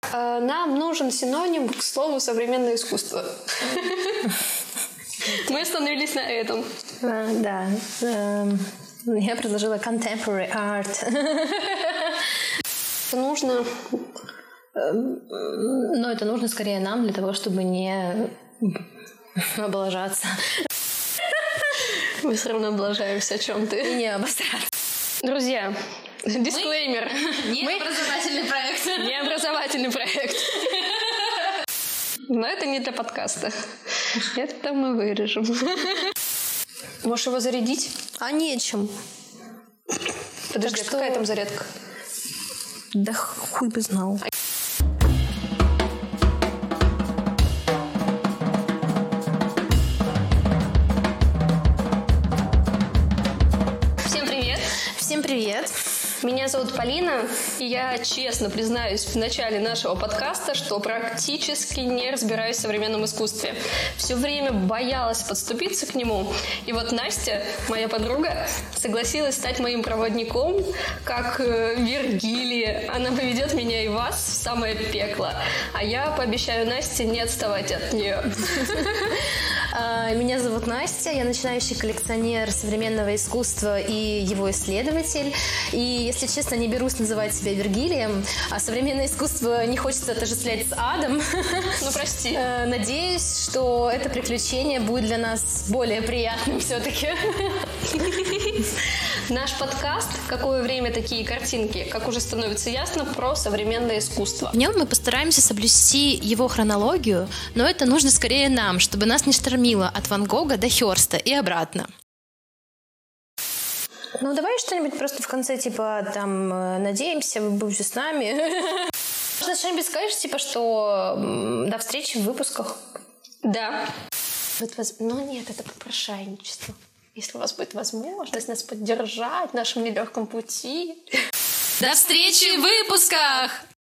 Нам нужен синоним к слову «современное искусство». Мы остановились на этом. Да. Я предложила contemporary art. Это нужно... Но это нужно скорее нам, для того, чтобы не облажаться. Мы все равно облажаемся о чем-то. И не обосраться. Друзья, дисклеймер. Не образовательный проект. Не образовательный проект. Но это не для подкаста. Это там мы вырежем. Можешь его зарядить? А нечем. Подожди, Так какая там зарядка? Да хуй бы знал. Всем привет! Всем привет! Меня зовут Полина, и я честно признаюсь в начале нашего подкаста, что практически не разбираюсь в современном искусстве. Все время боялась подступиться к нему. И вот Настя, моя подруга, согласилась стать моим проводником, как Вергилия. Она поведет меня и вас в самое пекло. А я пообещаю Насте не отставать от нее. Меня зовут Настя, я начинающий коллекционер современного искусства и его исследователь. И, если честно, не берусь называть себя Вергилием, а современное искусство не хочется отождествлять с адом. Ну, прости. Надеюсь, что это приключение будет для нас более приятным все-таки. Наш подкаст «Какое время такие картинки», как уже становится ясно, про современное искусство. В нем мы постараемся соблюсти его хронологию, но это нужно скорее нам, чтобы нас не штормило от Ван Гога до Хёрста и обратно. Ну, давай что-нибудь просто в конце, типа, там, надеемся, вы будете с нами. Можно что-нибудь скажешь, типа, что до встречи в выпусках? Да. Ну, нет, это попрошайничество. Если у вас будет возможность нас поддержать в нашем нелегком пути. До встречи в выпусках!